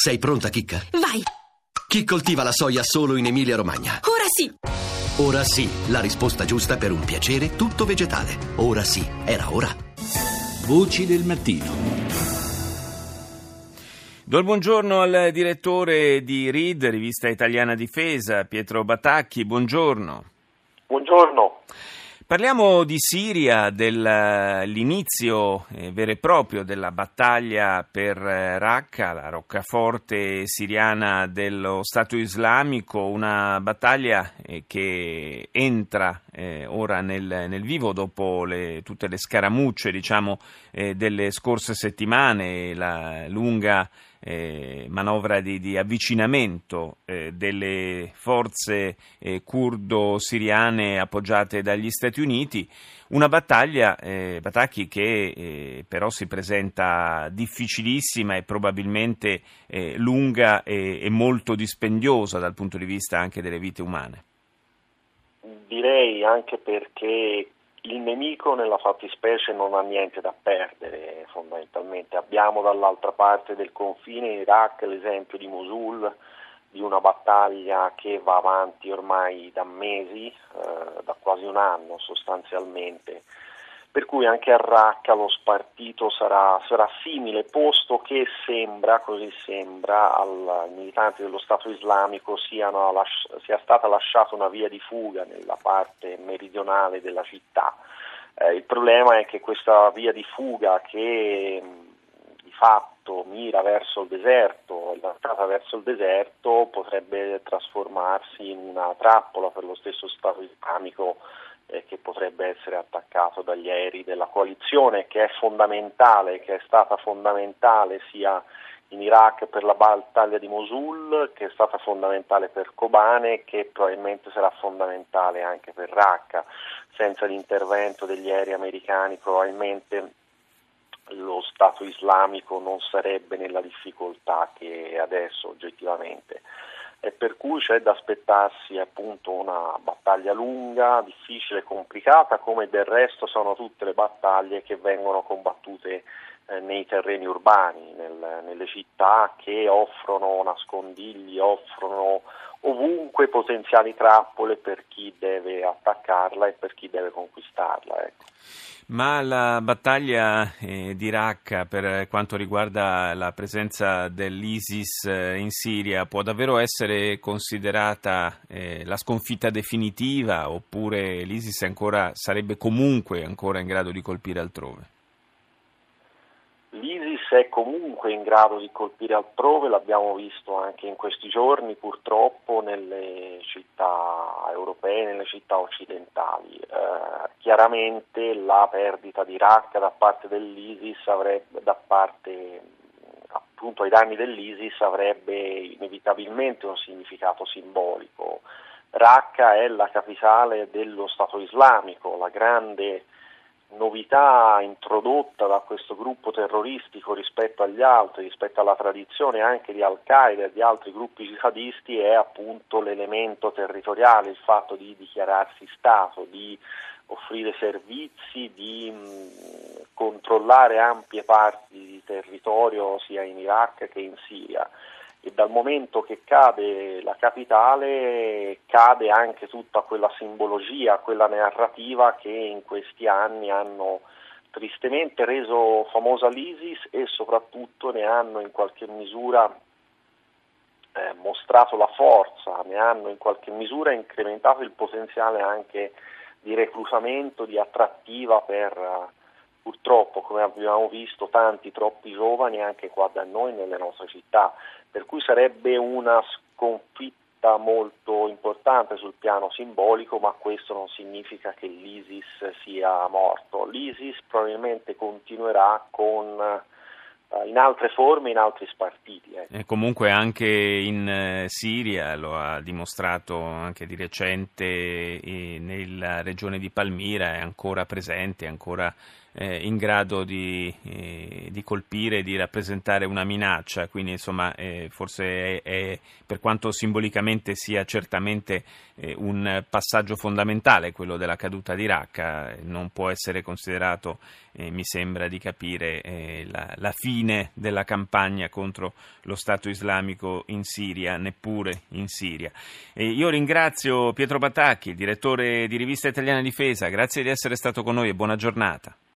Sei pronta, Chicca? Vai! Chi coltiva la soia solo in Emilia-Romagna? Ora sì! Ora sì, la risposta giusta per un piacere tutto vegetale. Ora sì, era ora. Voci del mattino. Do il buongiorno al direttore di RID, Rivista Italiana Difesa, Pietro Batacchi. Buongiorno. Buongiorno. Parliamo di Siria, dell'inizio vero e proprio della battaglia per Raqqa, la roccaforte siriana dello Stato islamico, una battaglia che entra ora nel vivo dopo tutte le scaramucce, delle scorse settimane, la lunga manovra di avvicinamento delle forze curdo-siriane appoggiate dagli Stati Uniti, una battaglia, Batacchi, che però si presenta difficilissima e probabilmente lunga e molto dispendiosa dal punto di vista anche delle vite umane. Direi anche perché il nemico nella fattispecie non ha niente da perdere, fondamentalmente. Abbiamo dall'altra parte del confine in Iraq l'esempio di Mosul, di una battaglia che va avanti ormai da mesi, da quasi un anno sostanzialmente, per cui anche a Raqqa lo spartito sarà simile, posto che così sembra, ai militanti dello Stato islamico sia stata lasciata una via di fuga nella parte meridionale della città. Il problema è che questa via di fuga, che di fatto mira verso il deserto, l'entrata verso il deserto, potrebbe trasformarsi in una trappola per lo stesso Stato islamico, che potrebbe essere attaccato dagli aerei della coalizione, che è fondamentale, che è stata fondamentale sia in Iraq per la battaglia di Mosul, che è stata fondamentale per Kobane, che probabilmente sarà fondamentale anche per Raqqa. Senza l'intervento degli aerei americani probabilmente lo Stato islamico non sarebbe nella difficoltà che è adesso oggettivamente. E per cui c'è da aspettarsi appunto una battaglia lunga, difficile, complicata, come del resto sono tutte le battaglie che vengono combattute nei terreni urbani, nelle città, che offrono nascondigli, offrono ovunque potenziali trappole per chi deve attaccarla e per chi deve conquistarla. Ecco. Ma la battaglia di Raqqa, per quanto riguarda la presenza dell'ISIS in Siria, può davvero essere considerata la sconfitta definitiva, oppure l'ISIS sarebbe comunque ancora in grado di colpire altrove? L'ISIS è comunque in grado di colpire altrove, l'abbiamo visto anche in questi giorni purtroppo nelle città europee, nelle città occidentali. Chiaramente la perdita di Raqqa da parte dell'ISIS appunto ai danni dell'ISIS avrebbe inevitabilmente un significato simbolico. Raqqa è la capitale dello Stato islamico, la grande novità introdotta da questo gruppo terroristico rispetto agli altri, rispetto alla tradizione anche di Al-Qaeda e di altri gruppi jihadisti, è appunto l'elemento territoriale, il fatto di dichiararsi Stato, di offrire servizi, di controllare ampie parti di territorio sia in Iraq che in Siria. E dal momento che cade la capitale cade anche tutta quella simbologia, quella narrativa che in questi anni hanno tristemente reso famosa l'ISIS e soprattutto ne hanno in qualche misura mostrato la forza, ne hanno in qualche misura incrementato il potenziale anche di reclutamento, di attrattiva per purtroppo, come abbiamo visto, troppi giovani anche qua da noi nelle nostre città, per cui sarebbe una sconfitta molto importante sul piano simbolico, ma questo non significa che l'ISIS sia morto. L'ISIS probabilmente continuerà in altre forme, in altri spartiti. E comunque anche in Siria lo ha dimostrato anche di recente, nella regione di Palmira è ancora presente, è ancora in grado di colpire, di rappresentare una minaccia, quindi insomma forse è, per quanto simbolicamente sia certamente un passaggio fondamentale quello della caduta di Raqqa, non può essere considerato, mi sembra di capire, la fine della campagna contro lo Stato islamico in Siria, neppure in Siria. Io ringrazio Pietro Patacchi, direttore di Rivista Italiana Difesa, grazie di essere stato con noi e buona giornata.